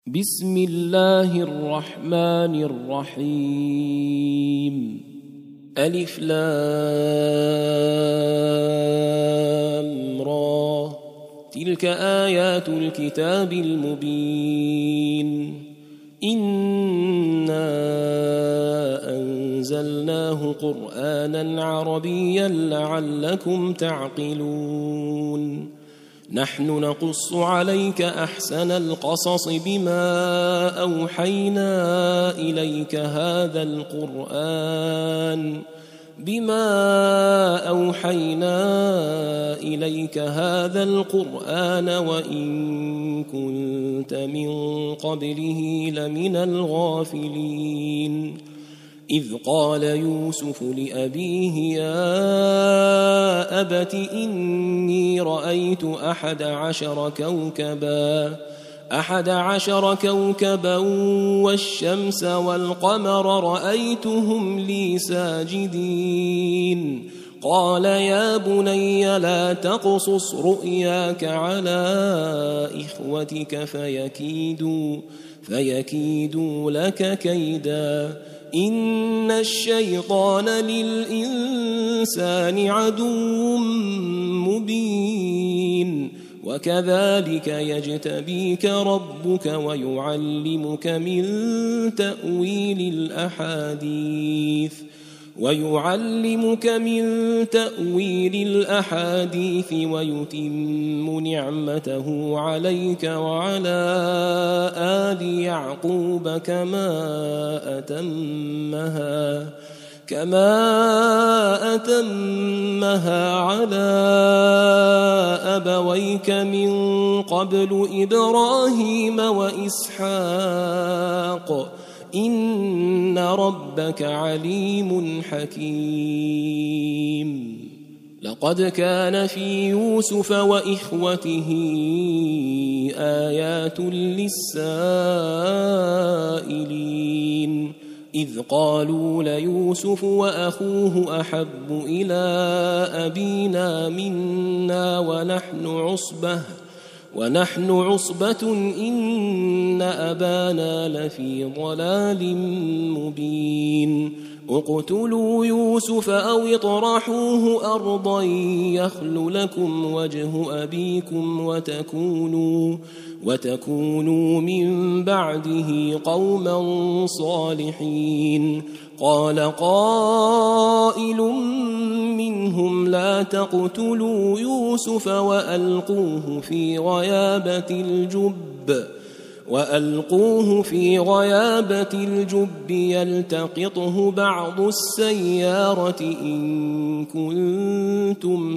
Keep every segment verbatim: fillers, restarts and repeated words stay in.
بسم الله الرحمن الرحيم. ألف لام را، تلك آيات الكتاب المبين. إنا أنزلناه قرآنا عربيا لعلكم تعقلون. نحن نقص عليك أحسن القصص بما أوحينا إليك هذا القرآن بما أوحينا إليك هذا القرآن وإن كنت من قبله لمن الغافلين. إذ قال يوسف لأبيه يا أبت إني رأيت أحد عشر كوكبا أحد عشر كوكبا والشمس والقمر رأيتهم لي ساجدين. قال يا بني لا تقصص رؤياك على إخوتك فيكيدوا, فيكيدوا لك كيدا. إن الشيطان للإنسان عدو مبين. وكذلك يجتبيك ربك ويعلمك من تأويل الأحاديث ويعلمك من تأويل الأحاديث ويتم نعمته عليك وعلى آل يعقوب كما أتمها كما أتمها على أبويك من قبل إبراهيم وإسحاق إن ربك عليم حكيم. لقد كان في يوسف وإخوته آيات للسائلين إذ قالوا ليوسف وأخوه أحب إلى أبينا منا ونحن عصبة ونحن عصبة إن أبانا لفي ضلال مبين. اقتلوا يوسف أو اطرحوه أرضا يخل لكم وجه أبيكم وتكونوا, وتكونوا من بعده قوما صالحين. قال قائل منهم لا تقتلوا يوسف وألقوه في غيابة الجب وألقوه في غيابة الجب يلتقطه بعض السيارة إن كنتم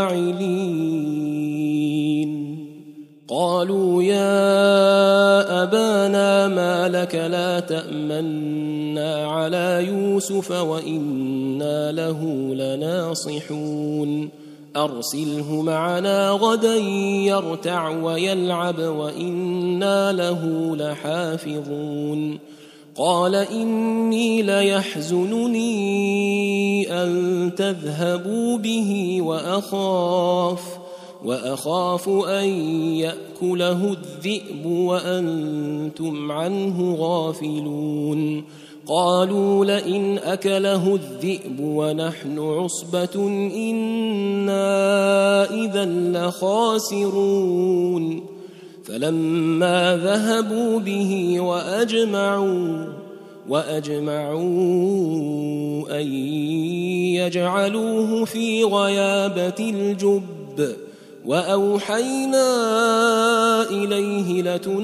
فاعلين. قالوا يا أبانا ما لك لا تأمنا على يوسف وإنا له لناصحون. أرسله معنا غدا يرتع ويلعب وإنا له لحافظون. قال إني ليحزنني أن تذهبوا به وأخاف وأخاف أن يأكله الذئب وأنتم عنه غافلون. قالوا لئن أكله الذئب ونحن عصبة إنا إذا لخاسرون. فلما ذهبوا به وأجمعوا وأجمعوا أن يجعلوه في غيابة الجب وأوحينا إليه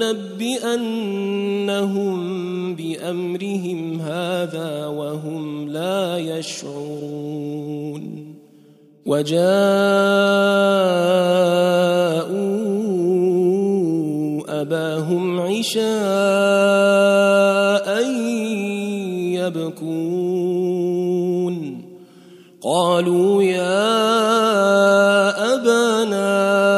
لتنبئنهم بأمرهم هذا وهم لا يشعرون. وجاءوا أباهم عشاء يبكون. قالوا يا أبانا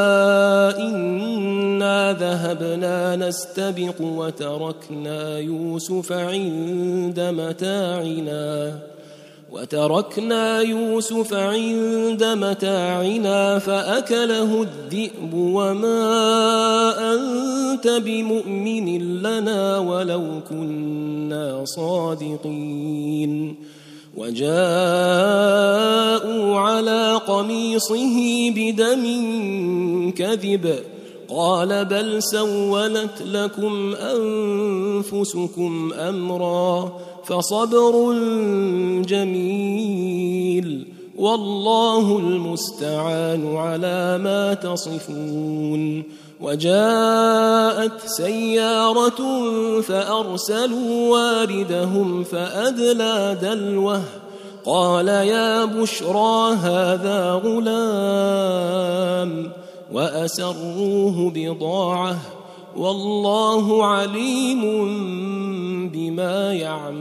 إنا ذهبنا نستبق وتركنا يوسف عند متاعنا وتركنا يوسف عند متاعنا فأكله الذئب وما أنت بمؤمن لنا ولو كنا صادقين وجاءوا على قميصه بدم كذب قال بل سولت لكم أنفسكم أمرا فصبر جميل والله المستعان على ما تصفون وجاءت سيارة فأرسلوا واردهم فأدلى دلوه قال يا بشرى هذا غلام وأسروه بضاعة والله عليم بما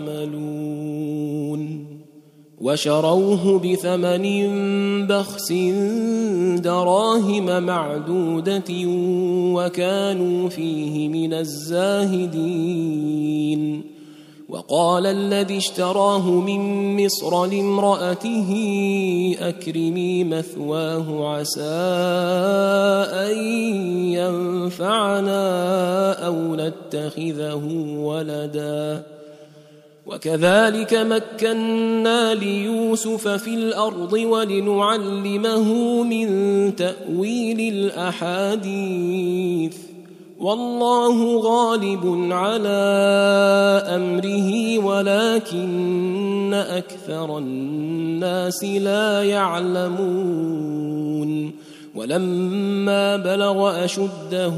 يعملون وشروه بثمن بخس دراهم معدودة وكانوا فيه من الزاهدين وقال الذي اشتراه من مصر لامرأته أكرمي مثواه عسى أن ينفعنا أو نتخذه ولدا وكذلك مكنا ليوسف في الأرض ولنعلمه من تأويل الأحاديث والله غالب على أمره ولكن أكثر الناس لا يعلمون ولما بلغ أشده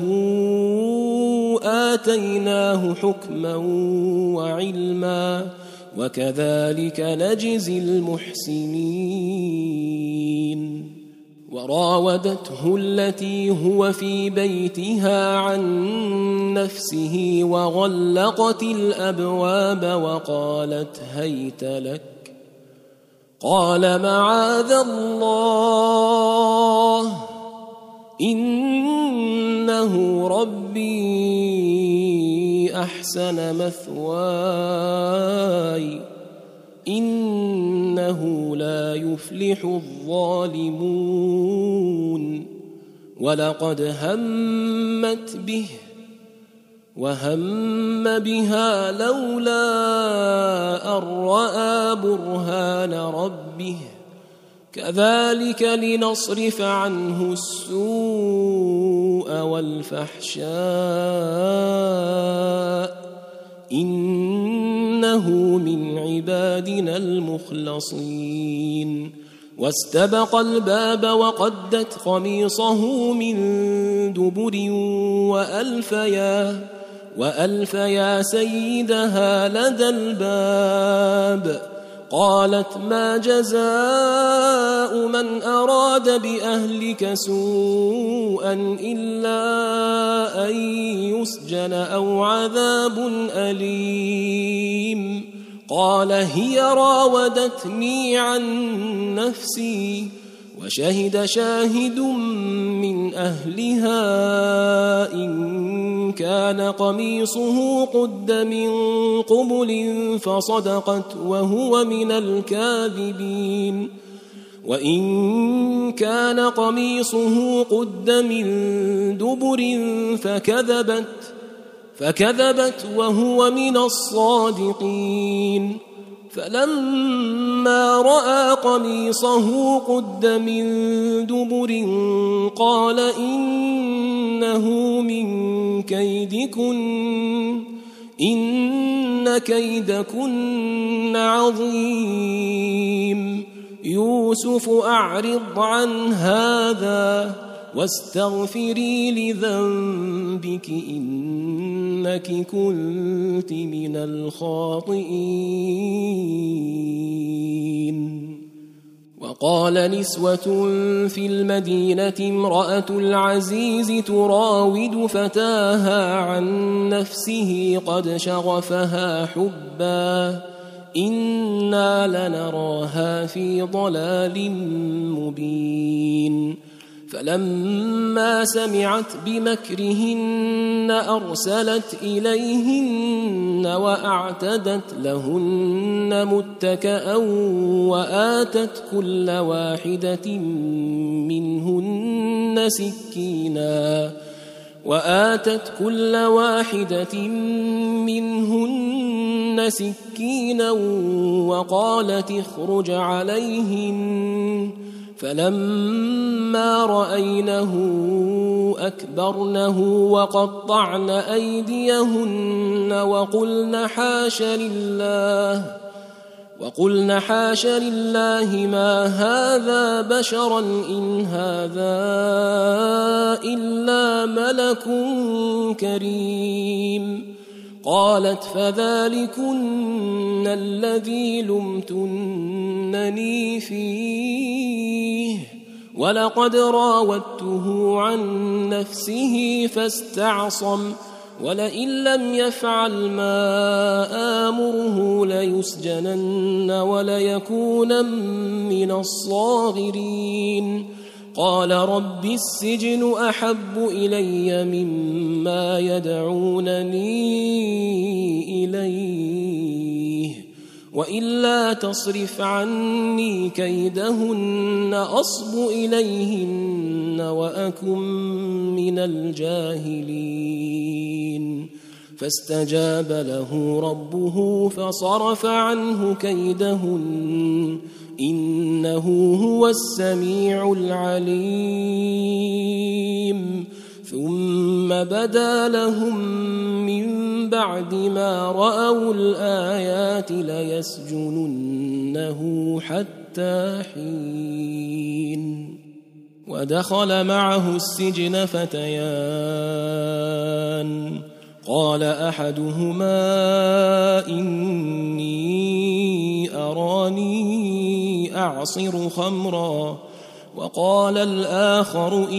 آتيناه حكما وعلما وكذلك نجزي المحسنين وراودته التي هو في بيتها عن نفسه وغلقت الأبواب وقالت هيت لك قال معاذ الله إنه ربي أحسن مثواي إنه لا يفلح الظالمون ولقد همت به وهم بها لولا أن رأى برهان ربه كذلك لنصرف عنه السوء والفحشاء إنه من عبادنا المخلصين واستبق الباب وقدت قميصه من دبر وألف يا وألف يا سيدها لدى الباب قالت ما جزاء من أراد بأهلك سوءا إلا أن يسجن أو عذاب أليم قال هي راودتني عن نفسي وشهد شاهد من أهلها إن كان قميصه قد من قبل فصدقت وهو من الكاذبين وإن كان قميصه قد من دبر فكذبت فكذبت وهو من الصادقين فلما رأى قميصه قد من دبر قال إنه من كيدكن إن كيدكن عظيم يوسف أعرض عن هذا واستغفري لذنبك إنك كنت من الخاطئين وقال نسوة في المدينة امرأة العزيز تراود فتاها عن نفسه قد شغفها حبا إنا لنراها في ضلال مبين فلما سمعت بمكرهن أرسلت إليهن وأعتدت لهن متكأ وآتت كل واحدة منهن سكينا وآتت كل واحدة منهن سكينا وقالت اخرج عليهن فلما رأينه أكبرنه وقطعن أيديهن وقلن حاش لله وقلن حاش لله ما هذا بشرا إن هذا إلا ملك كريم قالت فذلكن الذي لمتنني فيه ولقد راودته عن نفسه فاستعصم ولئن لم يفعل ما آمره ليسجنن وليكون من الصاغرين قال رب السجن أحب إلي مما يدعونني إليه وإلا تصرف عني كيدهن أصب إليهن وأكن من الجاهلين فاستجاب له ربه فصرف عنه كيدهن إنه هو السميع العليم ثم بدا لهم من بعد ما رأوا الآيات ليسجننه حتى حين ودخل معه السجن فتيان قال أحدهما إني أراني أعصر خمرا وقال الآخر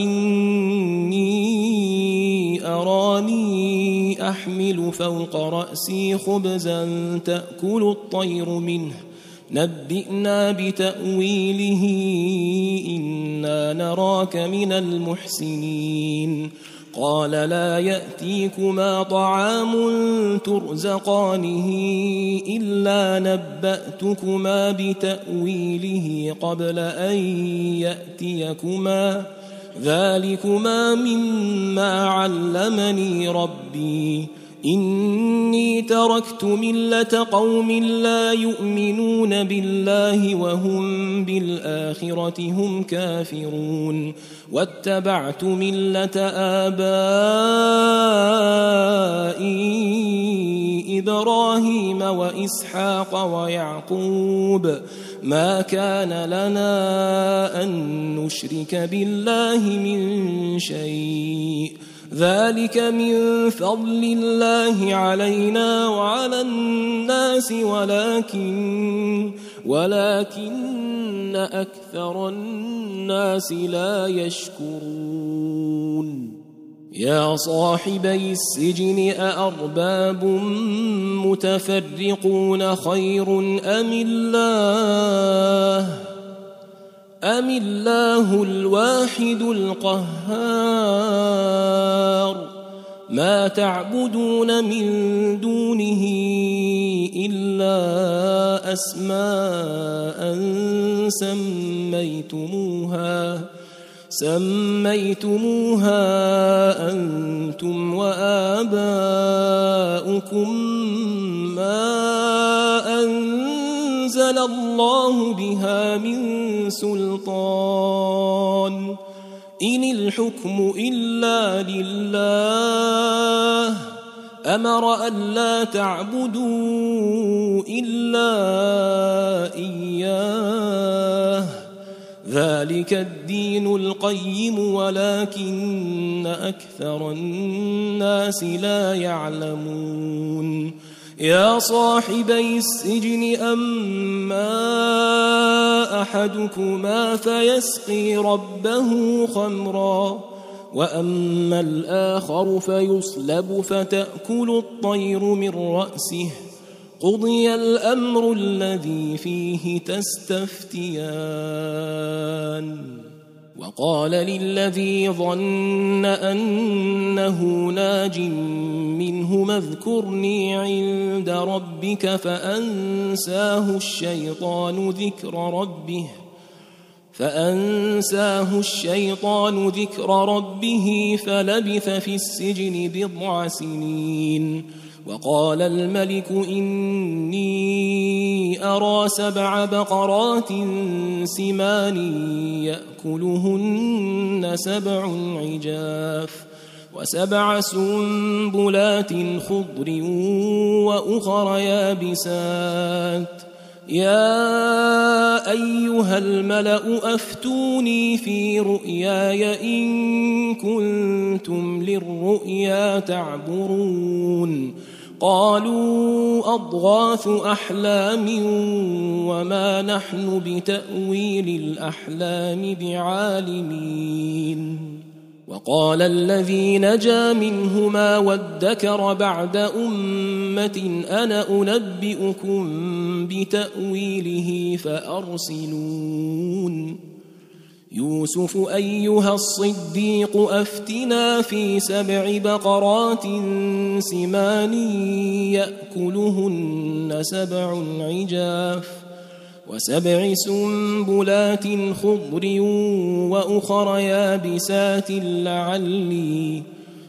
إني أراني أحمل فوق رأسي خبزا تأكل الطير منه نبئنا بتأويله إنا نراك من المحسنين قال لا يأتيكما طعام ترزقانه إلا نبأتكما بتأويله قبل أن يأتيكما ذلكما مما علمني ربي إني تركت ملة قوم لا يؤمنون بالله وهم بالآخرة هم كافرون واتبعت ملة آبائي إبراهيم وإسحاق ويعقوب ما كان لنا أن نشرك بالله من شيء ذلك من فضل الله علينا وعلى الناس ولكن ولكن أكثر الناس لا يشكرون يا صاحبي السجن أأرباب متفرقون خير أم الله أم الله الواحد القهار ما تعبدون من دونه إلا أسماء سميتموها سميتموها أنتم وآباؤكم ما أنزل الله بها من سلطان إن الحكم إلا لله أمر ألا تعبدوا إلا إياه ذلك الدين القيم ولكن أكثر الناس لا يعلمون يا صاحبي السجن أما أحدكما فيسقي ربه خمرا وأما الآخر فيصلب فتأكل الطير من رأسه قضي الأمر الذي فيه تستفتيان وقال للذي ظن أنه ناج منه اذكرني عند ربك فأنساه الشيطان ذكر ربه فأنساه الشيطان ذكر ربه فلبث في السجن بضع سنين. وقال الملك إني أرى سبع بقرات سمان يأكلهن سبع عجاف وسبع سنبلات خضر وأخر يابسات يا أيها الملأ أفتوني في رؤياي إن كنتم للرؤيا تعبرون. قالوا أضغاث أحلام وما نحن بتأويل الأحلام بعالمين. وقال الذي نجا منهما وادكر بعد أمة أنا أنبئكم بتأويله فأرسلون. يوسف أيها الصديق أفتنا في سبع بقرات سمان يأكلهن سبع عجاف وسبع سنبلات خضر وأخر يابسات لعلي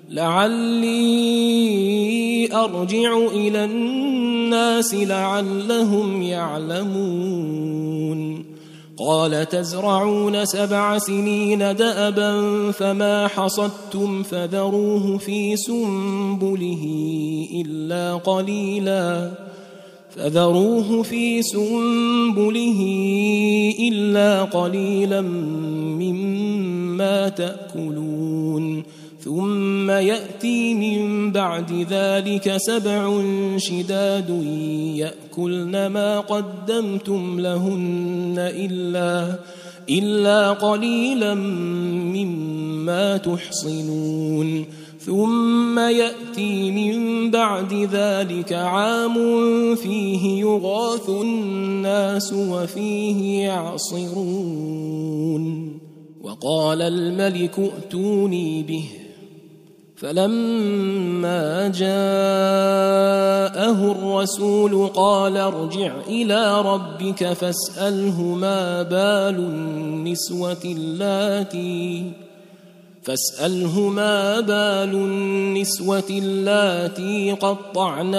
لعلي أرجع إلى الناس لعلهم يعلمون. قال تزرعون سبع سنين دأبا فما حصدتم فذروه في سنبله إلا قليلا فذروه في سنبله إلا قليلا مما تأكلون. ثم يأتي من بعد ذلك سبع شداد يأكلن ما قدمتم لهن إلا إلا قليلا مما تحصنون. ثم يأتي من بعد ذلك عام فيه يغاث الناس وفيه يعصرون. وقال الملك ائتوني به فلما جاءه الرسول قال ارجع إلى ربك فاسأله ما بال النسوة اللاتي فاسأله ما بال النسوة اللاتي قطعن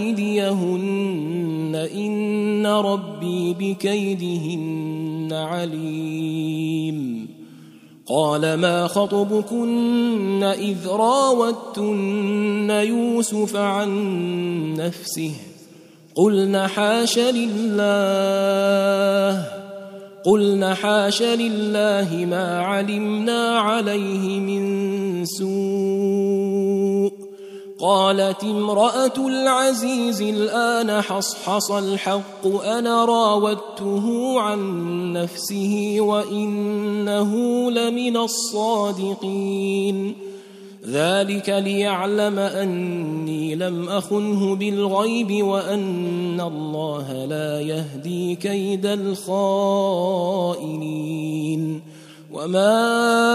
أيديهن إن ربي بكيدهن عليم. قال ما خطبكن إذ راوتن يوسف عن نفسه قلن حاش لله قلن حاش لله ما علمنا عليه من سوء. قالت امرأة العزيز الآن حصحص الحق أنا راودته عن نفسه وإنه لمن الصادقين. ذلك ليعلم أني لم أخنه بالغيب وأن الله لا يهدي كيد الخائنين. وما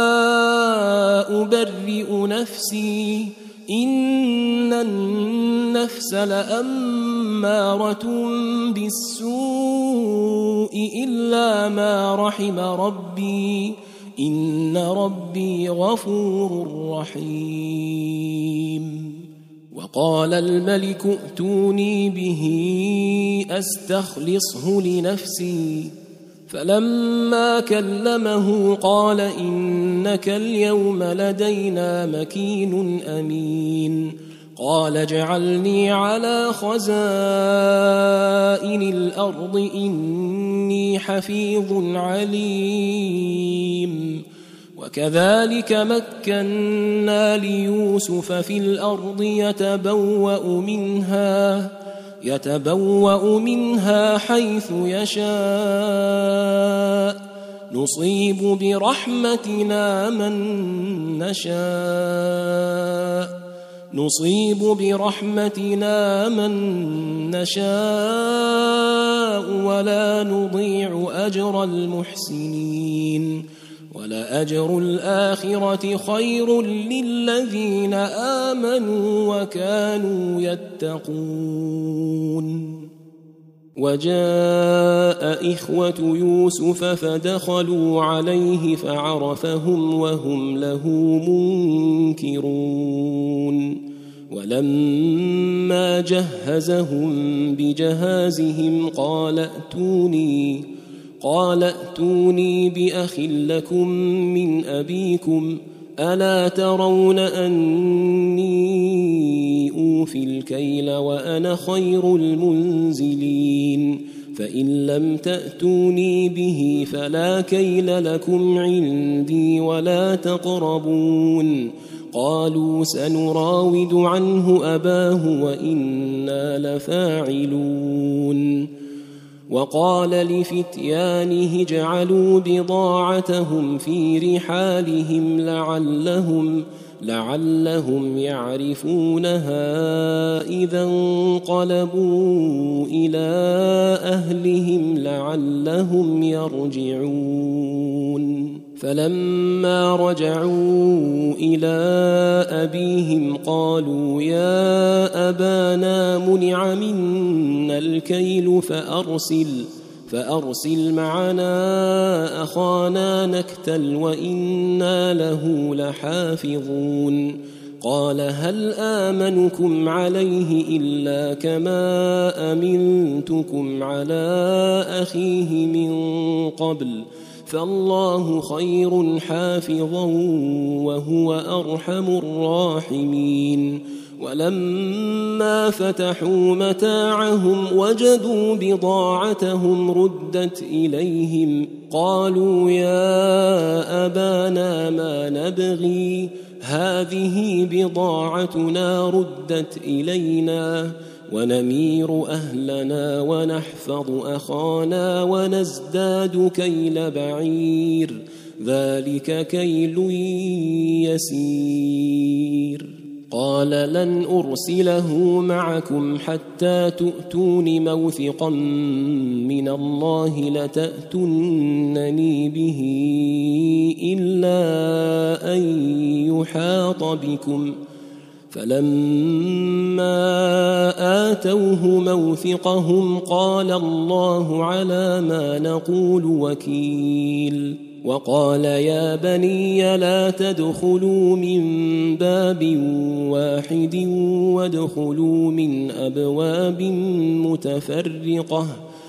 أبرئ نفسي إن النفس لأمارة بالسوء إلا ما رحم ربي إن ربي غفور رحيم. وقال الملك ائتوني به أستخلصه لنفسي فلما كلمه قال إنك اليوم لدينا مكين أمين. قال اجعلني على خزائن الأرض إني حفيظ عليم. وكذلك مكنا ليوسف في الأرض يتبوأ منها يتبوأ منها حيث يشاء نصيب برحمتنا من نشاء نصيب برحمتنا من نشاء ولا نضيع أجر المحسنين. ولأجر الآخرة خير للذين آمنوا وكانوا يتقون. وجاء إخوة يوسف فدخلوا عليه فعرفهم وهم له منكرون. ولما جهزهم بجهازهم قال ائتوني قال ائتوني بأخ لكم من أبيكم ألا ترون أني أوفي الكيل وأنا خير المنزلين فإن لم تأتوني به فلا كيل لكم عندي ولا تقربون. قالوا سنراود عنه أباه وإنا لفاعلون. وقال لفتيانه اجعلوا بضاعتهم في رحالهم لعلهم لعلهم يعرفونها إذا انقلبوا إلى أهلهم لعلهم يرجعون. فلما رجعوا إلى أبيهم قالوا يا أبانا منع منا الكيل فأرسل فأرسل معنا أخانا نكتل وإنا له لحافظون. قال هل آمنكم عليه إلا كما أمنتكم على أخيه من قبل فالله خير حافظا وهو أرحم الراحمين. ولما فتحوا متاعهم وجدوا بضاعتهم ردت إليهم قالوا يا أبانا ما نبغي هذه بضاعتنا ردت إلينا ونمير أهلنا ونحفظ أخانا ونزداد كيل بعير ذلك كيل يسير. قال لن أرسله معكم حتى تؤتون موثقا من الله لتأتونني به إلا أن يحاط بكم. فلما آتوه موثقهم قال الله على ما نقول وكيل. وقال يا بني لا تدخلوا من باب واحد وادخلوا من أبواب متفرقة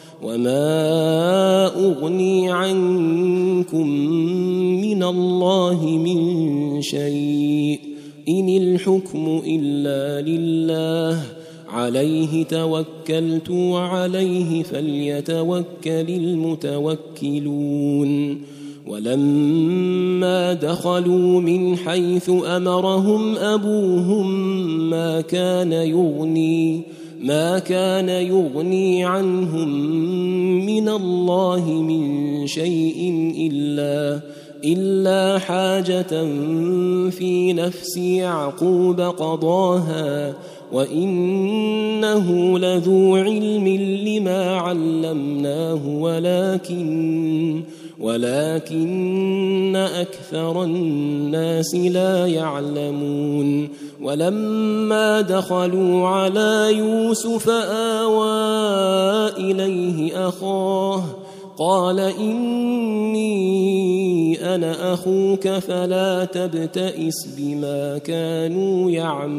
وما أغني عنكم من الله من شيء إن الحكم إلا لله عليه توكلت وعليه فليتوكل المتوكلون. ولما دخلوا من حيث أمرهم أبوهم ما كان يغني ما كان يغني عنهم من الله من شيء إلا إلا حاجة في نفس يعقوب قضاها وإنه لذو علم لما علمناه ولكن ولكن أكثر الناس لا يعلمون. ولما دخلوا على يوسف آوى إليه أخاه قال إني أنا أخوك فلا تبتئس بما كانوا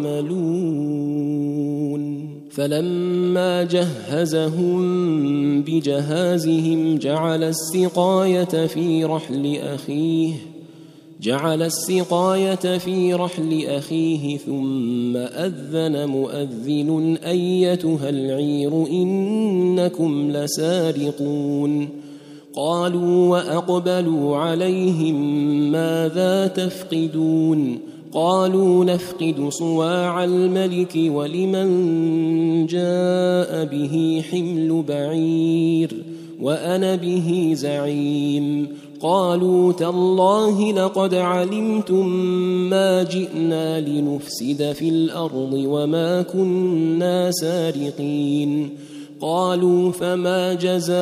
يعملون. فلما جهزهم بجهازهم جعل السقاية في رحل أخيه جعل السقاية في رحل أخيه ثم أذن مؤذن أيتها العير إنكم لسارقون. قالوا وأقبلوا عليهم ماذا تفقدون قالوا نفقد صواع الملك ولمن جاء به حمل بعير وأنا به زعيم. قالوا تالله لقد علمتم ما جئنا لنفسد في الأرض وما كنا سارقين. قالوا فما جزاؤه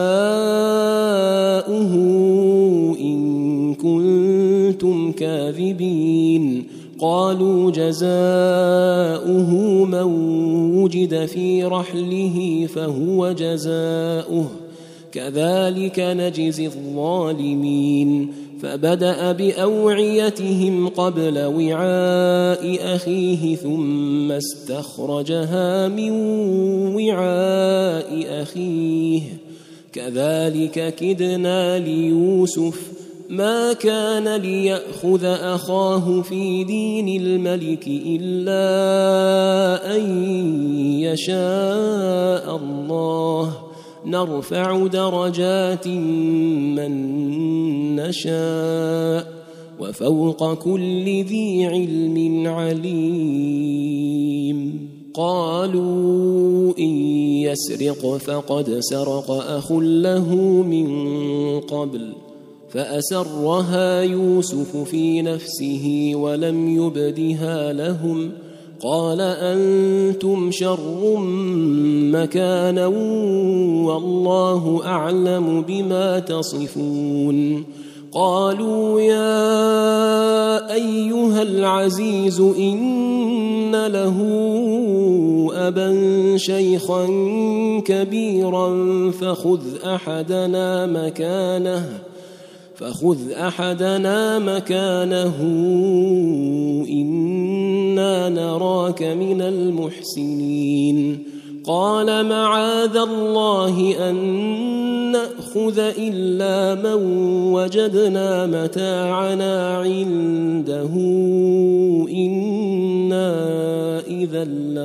إن كنتم كاذبين قالوا جزاؤه من وجد في رحله فهو جزاؤه كذلك نجزي الظالمين فبدأ بأوعيتهم قبل وعاء أخيه ثم استخرجها من وعاء أخيه كذلك كدنا ليوسف ما كان ليأخذ أخاه في دين الملك إلا أن يشاء الله نرفع درجات من نشاء وفوق كل ذي علم عليم قالوا إن يسرق فقد سرق أخ له من قبل فأسرها يوسف في نفسه ولم يبدها لهم قال أنتم شر مكانا والله أعلم بما تصفون قالوا يا أيها العزيز إن له أبا شيخا كبيرا فخذ أحدنا مكانه فخذ أحدنا مكانه إنا نراك من المحسنين قال معاذ الله أن نأخذ إلا من وجدنا متاعنا عنده إنا إذا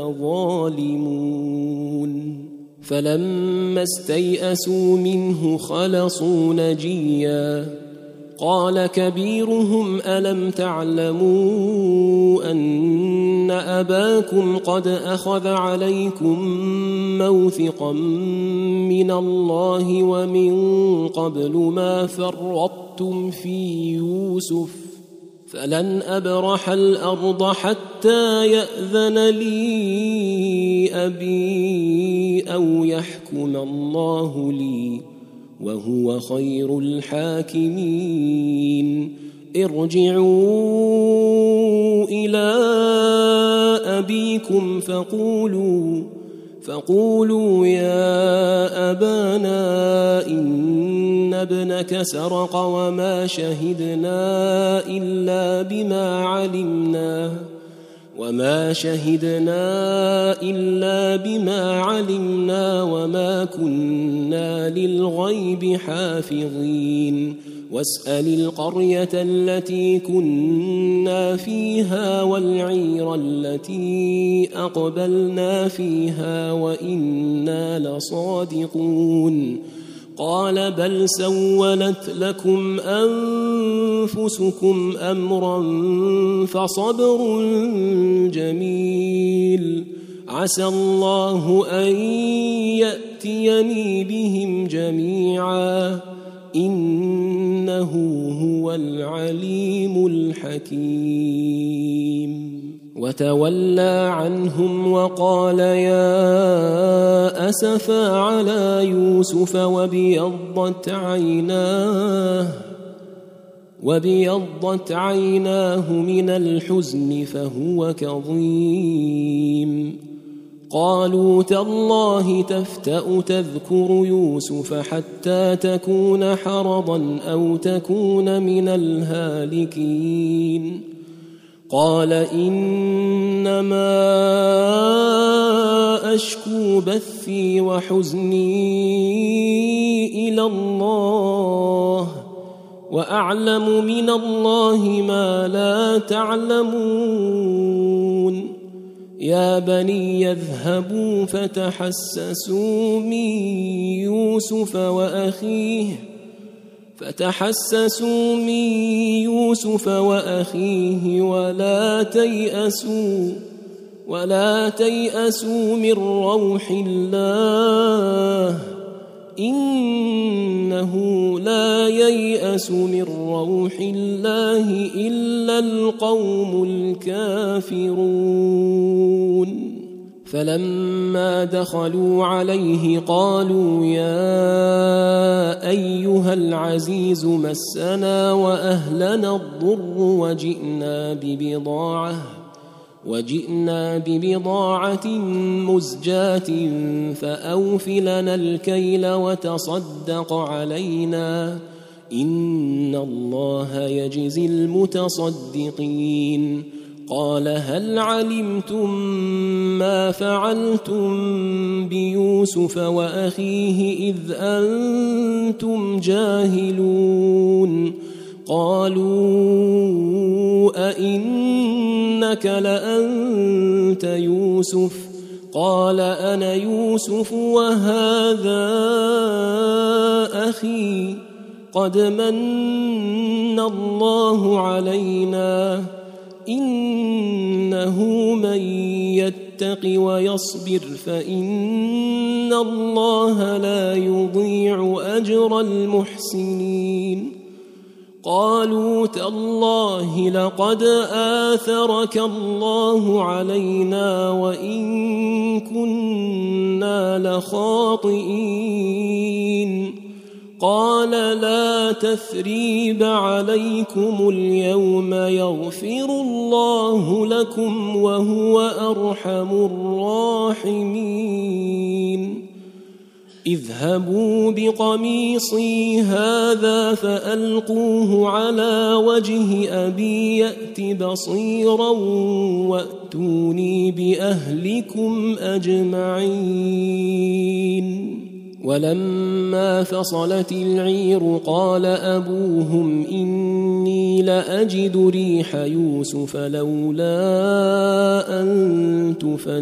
لظالمون فلما استيئسوا منه خلصوا نجيا قال كبيرهم ألم تعلموا أن أباكم قد أخذ عليكم موثقا من الله ومن قبل ما فرطتم في يوسف فلن أبرح الأرض حتى يأذن لي أبي أو يحكم الله لي وهو خير الحاكمين ارجعوا إلى أبيكم فقولوا فقولوا يا أبانا إن ابنك سرق وما شهدنا إلا بما علمنا وما شهدنا إلا بما علمنا وما كنا للغيب حافظين واسأل القرية التي كنا فيها والعير التي أقبلنا فيها وإنا لصادقون قال بل سولت لكم أنفسكم أمرا فصبر جميل عسى الله أن يأتيني بهم جميعا إنه هو العليم الحكيم وتولى عنهم وقال يا أسفا على يوسف وابيضت عيناه وابيضت عيناه من الحزن فهو كظيم قالوا تالله تفتأ تذكر يوسف حتى تكون حرضا أو تكون من الهالكين قال إنما أشكو بثي وحزني إلى الله وأعلم من الله ما لا تعلمون يا بني يذهبوا فتحسسوا من يوسف وأخيه فتحسسوا من يوسف وأخيه ولا تيأسوا ولا تيأسوا من روح الله إنه لا ييأس من روح الله إلا القوم الكافرون فلما دخلوا عليه قالوا يا أيها العزيز مسنا وأهلنا الضر وجئنا ببضاعة وجئنا ببضاعة مزجاة فأوف لنا الكيل وتصدق علينا إن الله يجزي المتصدقين. قال هل علمتم ما فعلتم بيوسف وأخيه إذ أنتم جاهلون؟ قالوا أئنك لأنت يوسف؟ قال أنا يوسف وهذا أخي قد من الله علينا إنه من يتق ويصبر فإن الله لا يضيع أجر المحسنين. قالوا تالله لقد آثرك الله علينا وإن كنا لخاطئين. قال لا تثريب عليكم اليوم يغفر الله لكم وهو أرحم الراحمين. اذهبوا بقميصي هذا فألقوه على وجه أبي يأت بصيرا وأتوني بأهلكم أجمعين. ولما فصلت العير قال أبوهم إني لأجد ريح يوسف لولا أن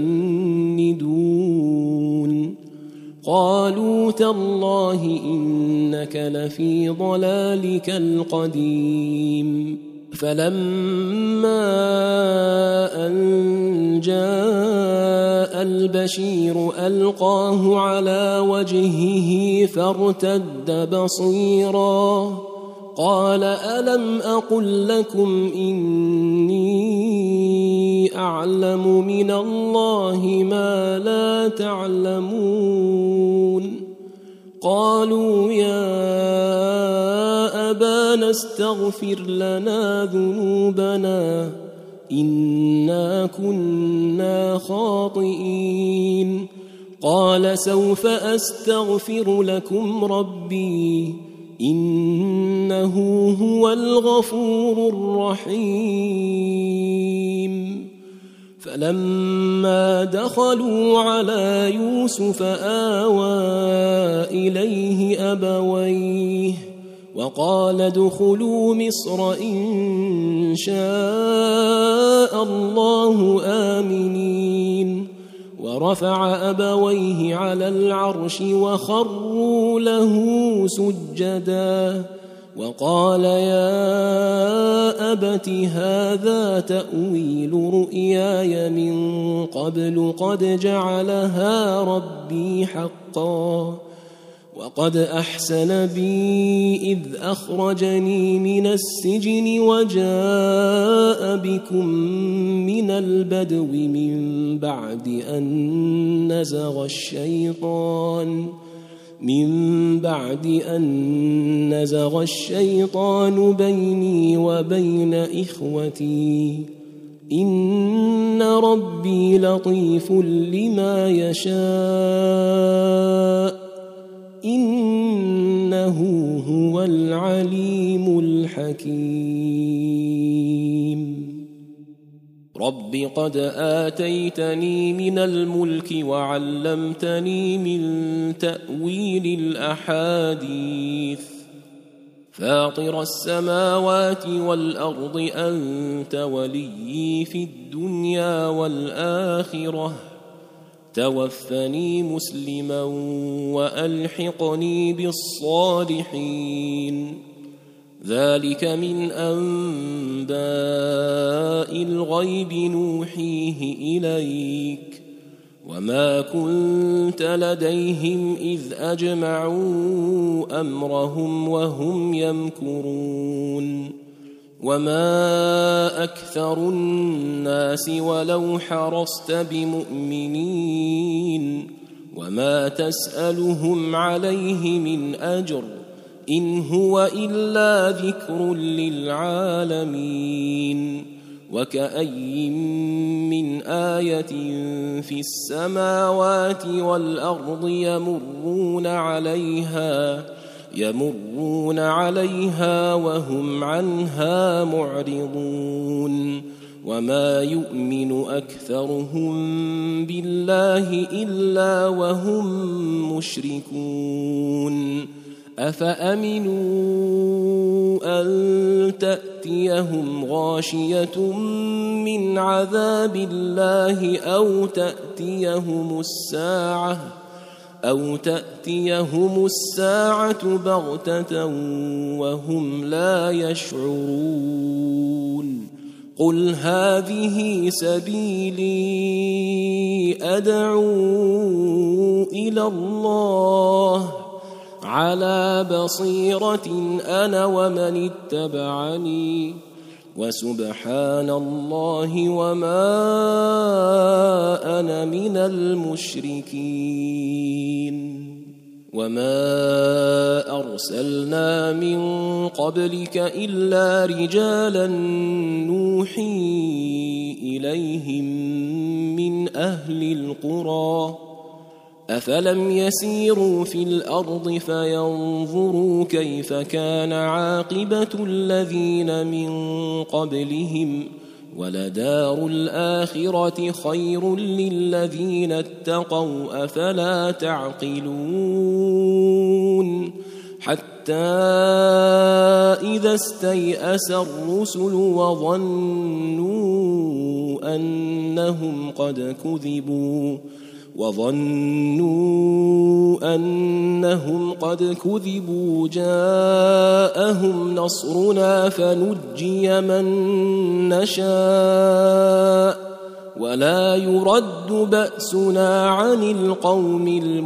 تفندون. قالوا تالله إنك لفي ضلالك القديم. فلما أن جاء البشير ألقاه على وجهه فارتد بصيرا قال ألم أقل لكم إني أعلم من الله ما لا تعلمون. قالوا يا أبانا استغفر لنا ذنوبنا إنا كنا خاطئين. قال سوف أستغفر لكم ربي إنه هو الغفور الرحيم. فلما دخلوا على يوسف آوى إليه أبويه وقال ادخلوا مصر إن شاء الله آمنين. ورفع أبويه على العرش وخروا له سجدا وقال يا أبت هذا تأويل رؤياي من قبل قد جعلها ربي حقا وقد أحسن بي إذ أخرجني من السجن وجاء بكم من البدو من بعد أن نزغ الشيطان من بعد أن نزغ الشيطان بيني وبين إخوتي إن ربي لطيف لما يشاء إنه هو العليم الحكيم. رب قد آتيتني من الملك وعلمتني من تأويل الأحاديث فاطر السماوات والأرض أنت وليي في الدنيا والآخرة توفني مسلما وألحقني بالصالحين. ذلك من أنباء الغيب نوحيه إليك وما كنت لديهم إذ أجمعوا أمرهم وهم يمكرون. وما أكثر الناس ولو حرصت بمؤمنين وما تسألهم عليه من أجر إن هو إلا ذكر للعالمين وكأي من آية في السماوات والأرض يمرون عليها يمرون عليها وهم عنها معرضون وما يؤمن أكثرهم بالله إلا وهم مشركون أفأمنوا أن تأتيهم غاشية من عذاب الله أو تأتيهم الساعة أو تأتيهم الساعة بغتة وهم لا يشعرون قل هذه سبيلي أدعو إلى الله على بصيرة أنا ومن اتبعني وسبحان الله وما أنا من المشركين وما أرسلنا من قبلك إلا رجالا نوحي إليهم من أهل القرى أفلم يسيروا في الأرض فينظروا كيف كان عاقبة الذين من قبلهم ولدار الآخرة خير للذين اتقوا أفلا تعقلون حتى إذا استيأس الرسل وظنوا أنهم قد كذبوا وظنوا أنهم قد كذبوا جاءهم نصرنا فنجي من نشاء ولا يرد بأسنا عن القوم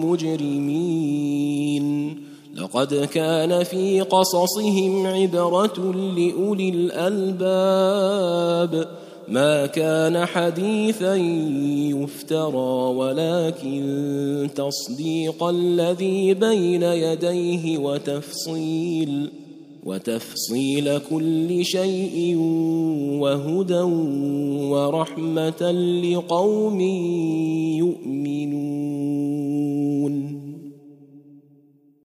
المجرمين لقد كان في قصصهم عبرة لأولي الألباب ما كان حديثا يفترى ولكن تصديق الذي بين يديه وتفصيل وتفصيل كل شيء وهدى ورحمة لقوم